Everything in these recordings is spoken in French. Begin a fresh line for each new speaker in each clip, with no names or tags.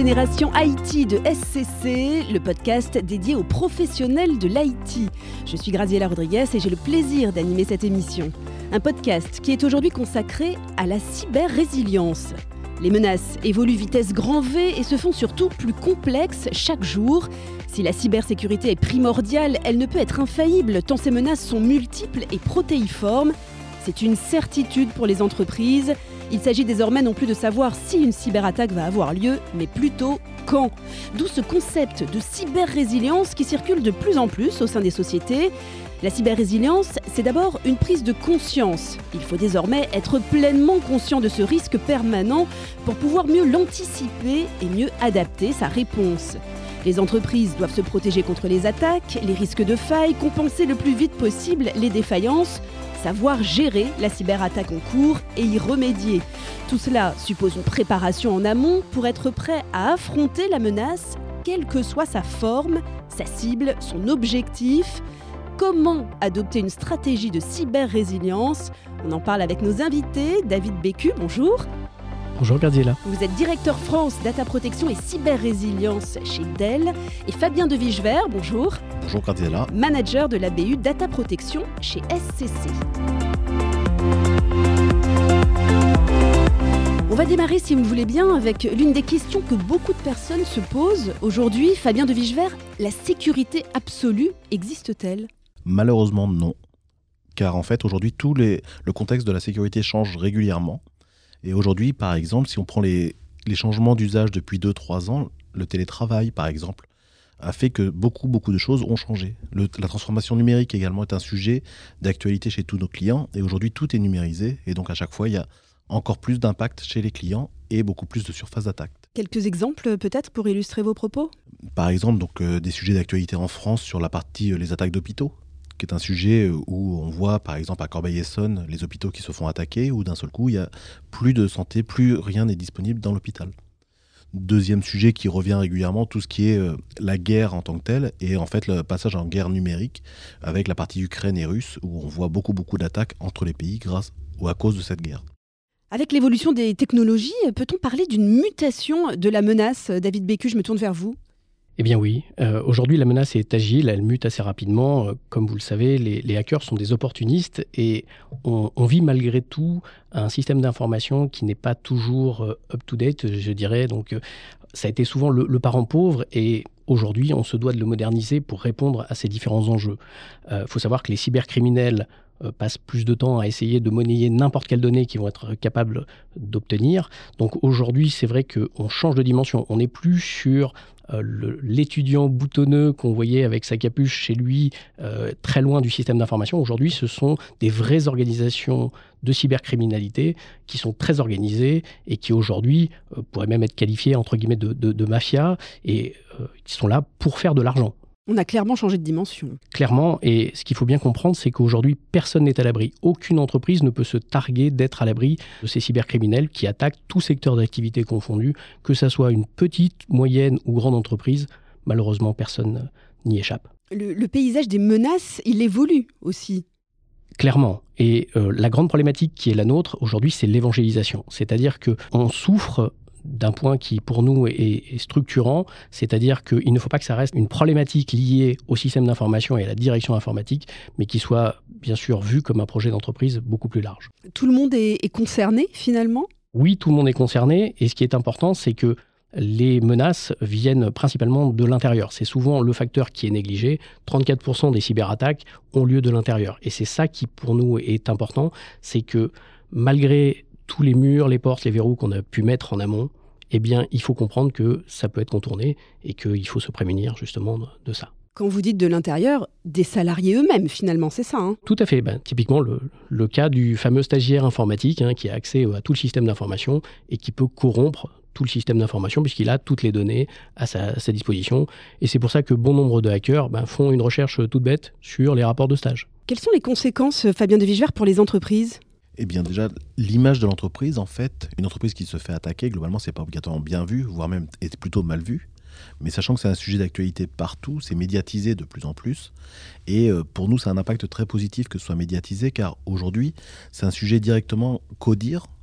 Génération IT de SCC, le podcast dédié aux professionnels de l'IT. Je suis Graziella Rodriguez et j'ai le plaisir d'animer cette émission. Un podcast qui est aujourd'hui consacré à la cyber-résilience. Les menaces évoluent vitesse grand V et se font surtout plus complexes chaque jour. Si la cybersécurité est primordiale, elle ne peut être infaillible tant ces menaces sont multiples et protéiformes. C'est une certitude pour les entreprises. Il s'agit désormais non plus de savoir si une cyberattaque va avoir lieu, mais plutôt quand. D'où ce concept de cyber-résilience qui circule de plus en plus au sein des sociétés. La cyber-résilience, c'est d'abord une prise de conscience. Il faut désormais être pleinement conscient de ce risque permanent pour pouvoir mieux l'anticiper et mieux adapter sa réponse. Les entreprises doivent se protéger contre les attaques, les risques de failles, compenser le plus vite possible les défaillances, savoir gérer la cyberattaque en cours et y remédier. Tout cela suppose une préparation en amont pour être prêt à affronter la menace, quelle que soit sa forme, sa cible, son objectif. Comment adopter une stratégie de cyber-résilience ? On en parle avec nos invités. David Bécu, bonjour.
Bonjour Graziella.
Vous êtes directeur France Data Protection et Cyber-Résilience chez Dell. Et Fabien de Vichevert, bonjour.
Bonjour Graziella.
Manager de la BU Data Protection chez SCC. On va démarrer, si vous le voulez bien, avec l'une des questions que beaucoup de personnes se posent. Aujourd'hui, Fabien de Vichevert, la sécurité absolue existe-t-elle ?
Malheureusement non, car en fait aujourd'hui le contexte de la sécurité change régulièrement. Et aujourd'hui, par exemple, si on prend les changements d'usage depuis 2-3 ans, le télétravail par exemple, a fait que beaucoup de choses ont changé. La transformation numérique également est un sujet d'actualité chez tous nos clients. Et aujourd'hui, tout est numérisé. Et donc à chaque fois, il y a encore plus d'impact chez les clients et beaucoup plus de surface d'attaque.
Quelques exemples peut-être pour illustrer vos propos ?
Par exemple, des sujets d'actualité en France sur la partie les attaques d'hôpitaux, qui est un sujet où on voit par exemple à Corbeil-Essonnes les hôpitaux qui se font attaquer, où d'un seul coup il n'y a plus de santé, plus rien n'est disponible dans l'hôpital. Deuxième sujet qui revient régulièrement, tout ce qui est la guerre en tant que telle, et en fait le passage en guerre numérique avec la partie Ukraine et russe, où on voit beaucoup d'attaques entre les pays grâce ou à cause de cette guerre.
Avec l'évolution des technologies, peut-on parler d'une mutation de la menace ? David Bécu, je me tourne vers vous.
Eh bien oui, aujourd'hui la menace est agile, elle mute assez rapidement. Comme vous le savez, les hackers sont des opportunistes et on vit malgré tout un système d'information qui n'est pas toujours up-to-date, je dirais. Donc ça a été souvent le parent pauvre et aujourd'hui on se doit de le moderniser pour répondre à ces différents enjeux. Faut savoir que les cybercriminels passent plus de temps à essayer de monnayer n'importe quelle donnée qu'ils vont être capables d'obtenir. Donc aujourd'hui, c'est vrai qu'on change de dimension. On n'est plus sur l'étudiant boutonneux qu'on voyait avec sa capuche chez lui, très loin du système d'information. Aujourd'hui, ce sont des vraies organisations de cybercriminalité qui sont très organisées et qui aujourd'hui pourraient même être qualifiées entre guillemets de mafia et qui sont là pour faire de l'argent.
On a clairement changé de dimension.
Clairement, et ce qu'il faut bien comprendre, c'est qu'aujourd'hui, personne n'est à l'abri. Aucune entreprise ne peut se targuer d'être à l'abri de ces cybercriminels qui attaquent tout secteur d'activité confondu, que ça soit une petite, moyenne ou grande entreprise. Malheureusement, personne n'y échappe.
Le paysage des menaces, il évolue aussi.
Clairement. Et la grande problématique qui est la nôtre aujourd'hui, c'est l'évangélisation. C'est-à-dire qu'on souffre d'un point qui, pour nous, est structurant, c'est-à-dire qu'il ne faut pas que ça reste une problématique liée au système d'information et à la direction informatique, mais qui soit, bien sûr, vu comme un projet d'entreprise beaucoup plus large.
Tout le monde est concerné, finalement ?
Oui, tout le monde est concerné, et ce qui est important, c'est que les menaces viennent principalement de l'intérieur. C'est souvent le facteur qui est négligé. 34% des cyberattaques ont lieu de l'intérieur. Et c'est ça qui, pour nous, est important, c'est que malgré tous les murs, les portes, les verrous qu'on a pu mettre en amont, eh bien, il faut comprendre que ça peut être contourné et qu'il faut se prémunir justement de ça.
Quand vous dites de l'intérieur, des salariés eux-mêmes, finalement, c'est ça, hein ?
Tout à fait. Typiquement, le cas du fameux stagiaire informatique qui a accès à tout le système d'information et qui peut corrompre tout le système d'information puisqu'il a toutes les données à sa disposition. Et c'est pour ça que bon nombre de hackers font une recherche toute bête sur les rapports de stage.
Quelles sont les conséquences, Fabien de Vichevert, pour les entreprises ?
Eh bien déjà, l'image de l'entreprise, en fait, une entreprise qui se fait attaquer, globalement, c'est pas obligatoirement bien vu, voire même est plutôt mal vu. Mais sachant que c'est un sujet d'actualité partout, c'est médiatisé de plus en plus. Et pour nous, c'est un impact très positif que ce soit médiatisé, car aujourd'hui, c'est un sujet directement qu'au dire,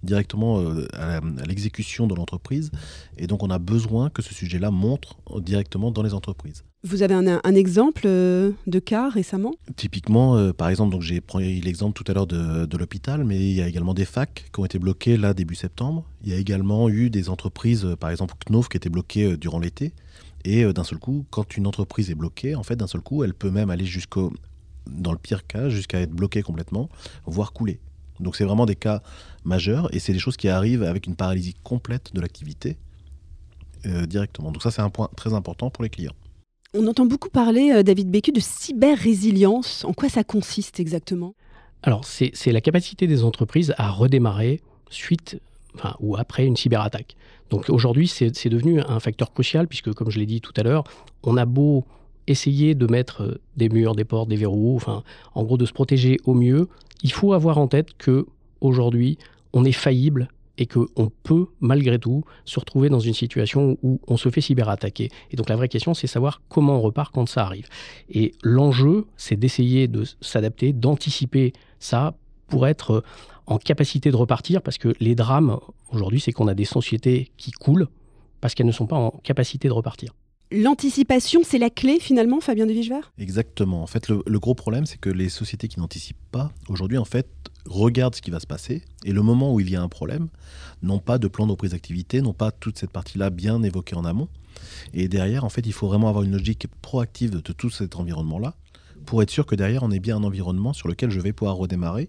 directement à l'exécution de l'entreprise. Et donc, on a besoin que ce sujet-là monte directement dans les entreprises.
Vous avez un exemple de cas récemment ?
Typiquement, par exemple, donc j'ai pris l'exemple tout à l'heure de l'hôpital, mais il y a également des facs qui ont été bloquées là début septembre. Il y a également eu des entreprises, par exemple Knauf, qui étaient bloquées durant l'été. Et d'un seul coup, quand une entreprise est bloquée, en fait, d'un seul coup, elle peut même aller dans le pire cas, jusqu'à être bloquée complètement, voire couler. Donc c'est vraiment des cas majeurs et c'est des choses qui arrivent avec une paralysie complète de l'activité directement. Donc ça, c'est un point très important pour les clients.
On entend beaucoup parler, David Bécu, de cyber-résilience. En quoi ça consiste exactement ?
Alors, c'est la capacité des entreprises à redémarrer ou après une cyberattaque. Donc aujourd'hui, c'est devenu un facteur crucial puisque, comme je l'ai dit tout à l'heure, on a beau essayer de mettre des murs, des portes, des verrous, en gros de se protéger au mieux, il faut avoir en tête qu'aujourd'hui, on est faillible et qu'on peut, malgré tout, se retrouver dans une situation où on se fait cyberattaquer. Et donc la vraie question, c'est savoir comment on repart quand ça arrive. Et l'enjeu, c'est d'essayer de s'adapter, d'anticiper ça pour être en capacité de repartir, parce que les drames, aujourd'hui, c'est qu'on a des sociétés qui coulent parce qu'elles ne sont pas en capacité de repartir.
L'anticipation, c'est la clé finalement, Fabien de Vichevert ?
Exactement. En fait, le gros problème, c'est que les sociétés qui n'anticipent pas, aujourd'hui, en fait, regardent ce qui va se passer et le moment où il y a un problème, n'ont pas de plan de reprise d'activité, n'ont pas toute cette partie-là bien évoquée en amont. Et derrière, en fait, il faut vraiment avoir une logique proactive de tout cet environnement-là pour être sûr que derrière, on ait bien un environnement sur lequel je vais pouvoir redémarrer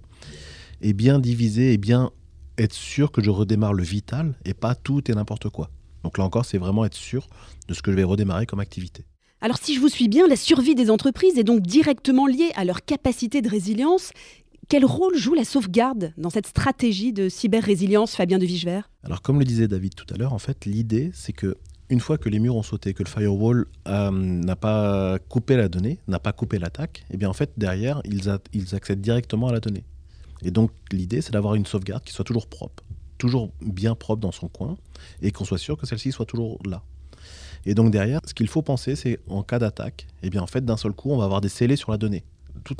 et bien diviser et bien être sûr que je redémarre le vital et pas tout et n'importe quoi. Donc là encore, c'est vraiment être sûr de ce que je vais redémarrer comme activité.
Alors si je vous suis bien, la survie des entreprises est donc directement liée à leur capacité de résilience. Quel rôle joue la sauvegarde dans cette stratégie de cyber-résilience, Fabien de Vichevert ?
Alors comme le disait David tout à l'heure, en fait, l'idée, c'est que une fois que les murs ont sauté, que le firewall n'a pas coupé la donnée, n'a pas coupé l'attaque, et bien en fait, derrière, ils accèdent directement à la donnée. Et donc l'idée, c'est d'avoir une sauvegarde qui soit toujours propre, toujours bien propre dans son coin, et qu'on soit sûr que celle-ci soit toujours là. Et donc derrière, ce qu'il faut penser, c'est en cas d'attaque, et bien en fait, d'un seul coup, on va avoir des scellés sur la donnée. Tout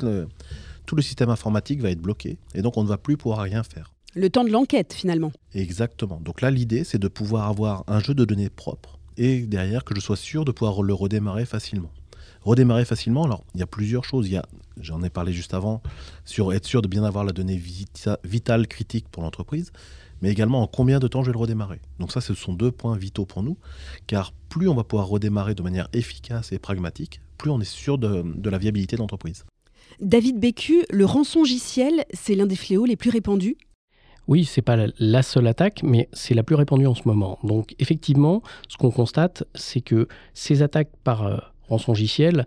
le système informatique va être bloqué, et donc on ne va plus pouvoir rien faire.
Le temps de l'enquête, finalement.
Exactement. Donc là, l'idée, c'est de pouvoir avoir un jeu de données propre, et derrière, que je sois sûr de pouvoir le redémarrer facilement. Redémarrer facilement, alors, il y a plusieurs choses. J'en ai parlé juste avant, sur être sûr de bien avoir la donnée vitale, critique pour l'entreprise, mais également en combien de temps je vais le redémarrer. Donc ça, ce sont 2 points vitaux pour nous, car plus on va pouvoir redémarrer de manière efficace et pragmatique, plus on est sûr de la viabilité de l'entreprise.
David Bécu, le rançongiciel, c'est l'un des fléaux les plus répandus ?
Oui, ce n'est pas la seule attaque, mais c'est la plus répandue en ce moment. Donc effectivement, ce qu'on constate, c'est que ces attaques par rançongiciel,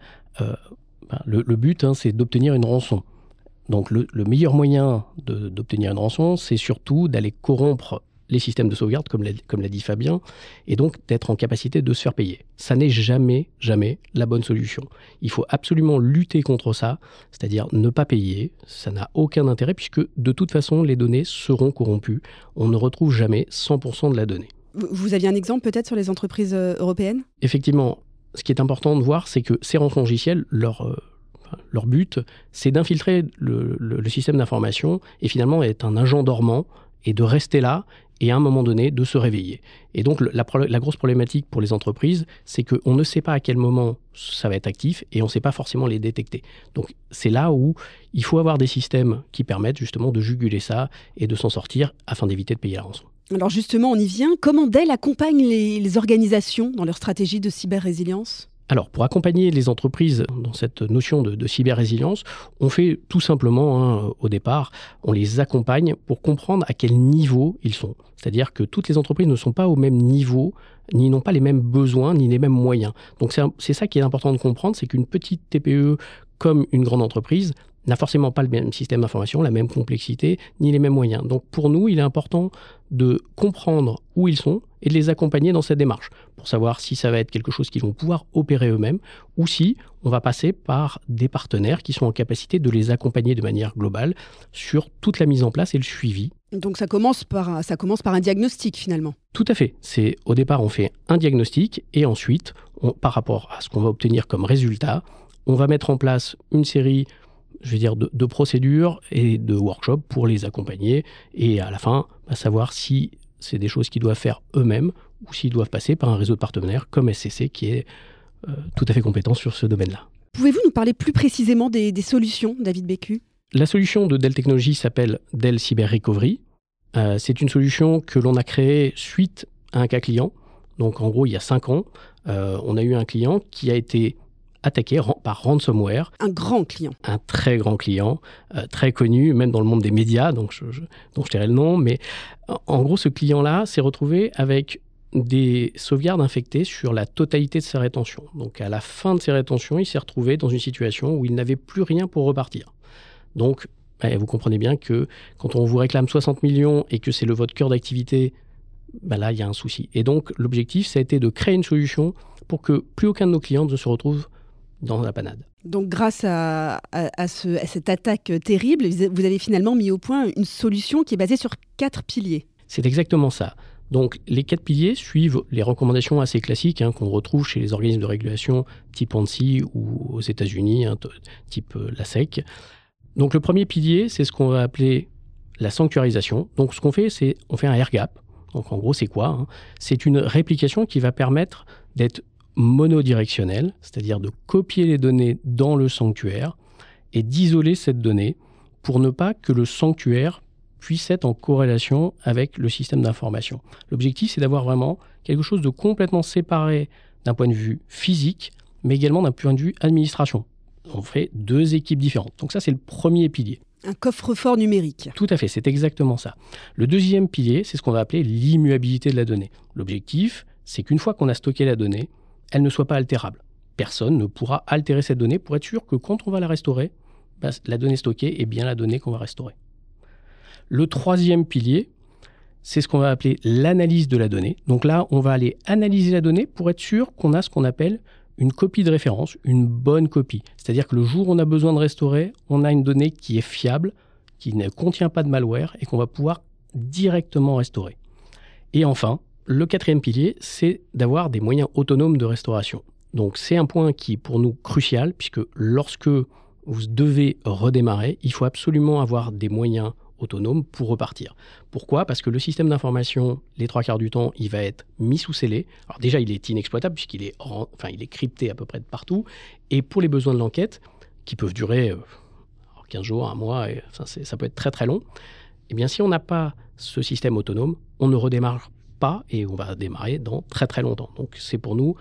le but, c'est d'obtenir une rançon. Donc le meilleur moyen d'obtenir une rançon, c'est surtout d'aller corrompre les systèmes de sauvegarde, comme l'a dit Fabien, et donc d'être en capacité de se faire payer. Ça n'est jamais la bonne solution. Il faut absolument lutter contre ça, c'est-à-dire ne pas payer. Ça n'a aucun intérêt puisque de toute façon, les données seront corrompues. On ne retrouve jamais 100% de la donnée.
Vous aviez un exemple peut-être sur les entreprises européennes ?
Effectivement, ce qui est important de voir, c'est que ces rançongiciels, leur but, c'est d'infiltrer le système d'information et finalement être un agent dormant et de rester là et à un moment donné de se réveiller. Et donc la grosse problématique pour les entreprises, c'est qu'on ne sait pas à quel moment ça va être actif et on ne sait pas forcément les détecter. Donc c'est là où il faut avoir des systèmes qui permettent justement de juguler ça et de s'en sortir afin d'éviter de payer la rançon.
Alors justement, on y vient. Comment Dell accompagne les organisations dans leur stratégie de cyber-résilience ?
Alors, pour accompagner les entreprises dans cette notion de cyber-résilience, on fait tout simplement, au départ, on les accompagne pour comprendre à quel niveau ils sont. C'est-à-dire que toutes les entreprises ne sont pas au même niveau, ni n'ont pas les mêmes besoins, ni les mêmes moyens. Donc c'est ça qui est important de comprendre, c'est qu'une petite TPE comme une grande entreprise n'a forcément pas le même système d'information, la même complexité, ni les mêmes moyens. Donc pour nous, il est important de comprendre où ils sont et de les accompagner dans cette démarche pour savoir si ça va être quelque chose qu'ils vont pouvoir opérer eux-mêmes ou si on va passer par des partenaires qui sont en capacité de les accompagner de manière globale sur toute la mise en place et le suivi.
Donc ça commence par un diagnostic finalement.
Tout à fait. Au départ, on fait un diagnostic et ensuite, par rapport à ce qu'on va obtenir comme résultat, on va mettre en place une série de procédures et de workshops pour les accompagner et à la fin, savoir si c'est des choses qu'ils doivent faire eux-mêmes ou s'ils doivent passer par un réseau de partenaires comme SCC qui est tout à fait compétent sur ce domaine-là.
Pouvez-vous nous parler plus précisément des solutions, David Bécu ?
La solution de Dell Technologies s'appelle Dell Cyber Recovery. C'est une solution que l'on a créée suite à un cas client. Donc en gros, il y a 5 ans, on a eu un client qui a été attaqué par ransomware.
Un grand client.
Un très grand client, très connu, même dans le monde des médias, donc je tairai le nom. Mais en gros, ce client-là s'est retrouvé avec des sauvegardes infectées sur la totalité de ses rétentions. Donc à la fin de ses rétentions, il s'est retrouvé dans une situation où il n'avait plus rien pour repartir. Donc, vous comprenez bien que quand on vous réclame 60 millions et que c'est votre cœur d'activité, là, il y a un souci. Et donc, l'objectif, ça a été de créer une solution pour que plus aucun de nos clients ne se retrouve dans la panade.
Donc, grâce à cette attaque terrible, vous avez finalement mis au point une solution qui est basée sur 4 piliers.
C'est exactement ça. Donc, les 4 piliers suivent les recommandations assez classiques qu'on retrouve chez les organismes de régulation type ANSI ou aux États-Unis, type la SEC. Donc, le premier pilier, c'est ce qu'on va appeler la sanctuarisation. Donc, ce qu'on fait, c'est on fait un air gap. Donc, en gros, c'est quoi ? C'est une réplication qui va permettre d'être monodirectionnelle, c'est-à-dire de copier les données dans le sanctuaire et d'isoler cette donnée pour ne pas que le sanctuaire puisse être en corrélation avec le système d'information. L'objectif, c'est d'avoir vraiment quelque chose de complètement séparé d'un point de vue physique, mais également d'un point de vue administration. On fait 2 équipes différentes. Donc ça, c'est le premier pilier.
Un coffre-fort numérique.
Tout à fait, c'est exactement ça. Le deuxième pilier, c'est ce qu'on va appeler l'immuabilité de la donnée. L'objectif, c'est qu'une fois qu'on a stocké la donnée, elle ne soit pas altérable. Personne ne pourra altérer cette donnée pour être sûr que quand on va la restaurer, la donnée stockée est bien la donnée qu'on va restaurer. Le troisième pilier, c'est ce qu'on va appeler l'analyse de la donnée. Donc là, on va aller analyser la donnée pour être sûr qu'on a ce qu'on appelle une copie de référence, une bonne copie. C'est-à-dire que le jour où on a besoin de restaurer, on a une donnée qui est fiable, qui ne contient pas de malware et qu'on va pouvoir directement restaurer. Et enfin, le 4e pilier, c'est d'avoir des moyens autonomes de restauration. Donc c'est un point qui est pour nous crucial, puisque lorsque vous devez redémarrer, il faut absolument avoir des moyens autonomes pour repartir. Pourquoi ? Parce que le système d'information, les 3 quarts du temps, il va être mis sous scellé. Alors déjà, il est inexploitable puisqu'il est, il est crypté à peu près de partout. Et pour les besoins de l'enquête, qui peuvent durer 15 jours, 1 mois, ça peut être très très long, eh bien si on n'a pas ce système autonome, on ne redémarre pas et on va démarrer dans très très longtemps. Donc c'est pour nous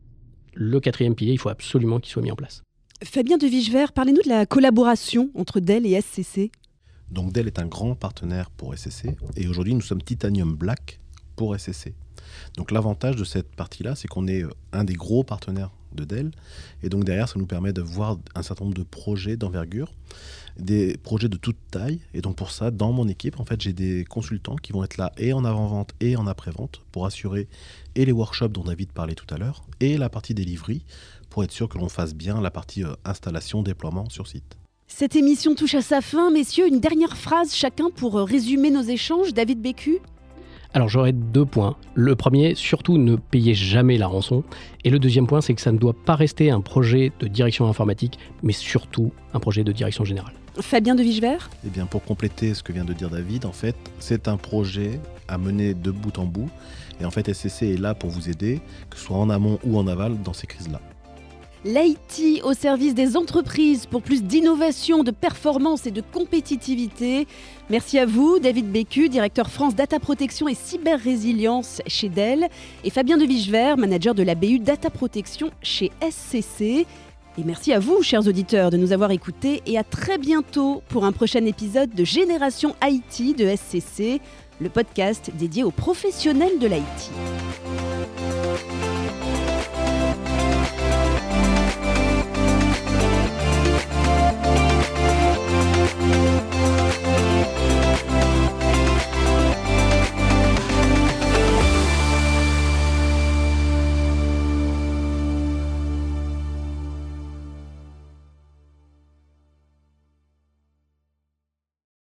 le 4e pilier, il faut absolument qu'il soit mis en place.
Fabien de Vichevert, parlez-nous de la collaboration entre Dell et SCC.
Donc Dell est un grand partenaire pour SCC et aujourd'hui nous sommes Titanium Black pour SCC. Donc l'avantage de cette partie-là, c'est qu'on est un des gros partenaires de Dell et donc derrière ça nous permet de voir un certain nombre de projets d'envergure, des projets de toute taille et donc pour ça dans mon équipe en fait j'ai des consultants qui vont être là et en avant-vente et en après-vente pour assurer et les workshops dont David parlait tout à l'heure et la partie delivery pour être sûr que l'on fasse bien la partie installation, déploiement sur site.
Cette émission touche à sa fin, messieurs. Une dernière phrase chacun pour résumer nos échanges. David Bécu ?
Alors j'aurais 2 points. Le premier, surtout ne payez jamais la rançon. Et le deuxième point, c'est que ça ne doit pas rester un projet de direction informatique, mais surtout un projet de direction générale.
Fabien de Vichevert ?
Eh bien pour compléter ce que vient de dire David, en fait, c'est un projet à mener de bout en bout. Et en fait, SCC est là pour vous aider, que ce soit en amont ou en aval, dans ces crises-là.
L'IT au service des entreprises pour plus d'innovation, de performance et de compétitivité. Merci à vous, David Bécu, directeur France Data Protection et Cyber Résilience chez Dell, et Fabien de Vichevert, manager de la BU Data Protection chez SCC. Et merci à vous, chers auditeurs, de nous avoir écoutés et à très bientôt pour un prochain épisode de Génération IT de SCC, le podcast dédié aux professionnels de l'IT.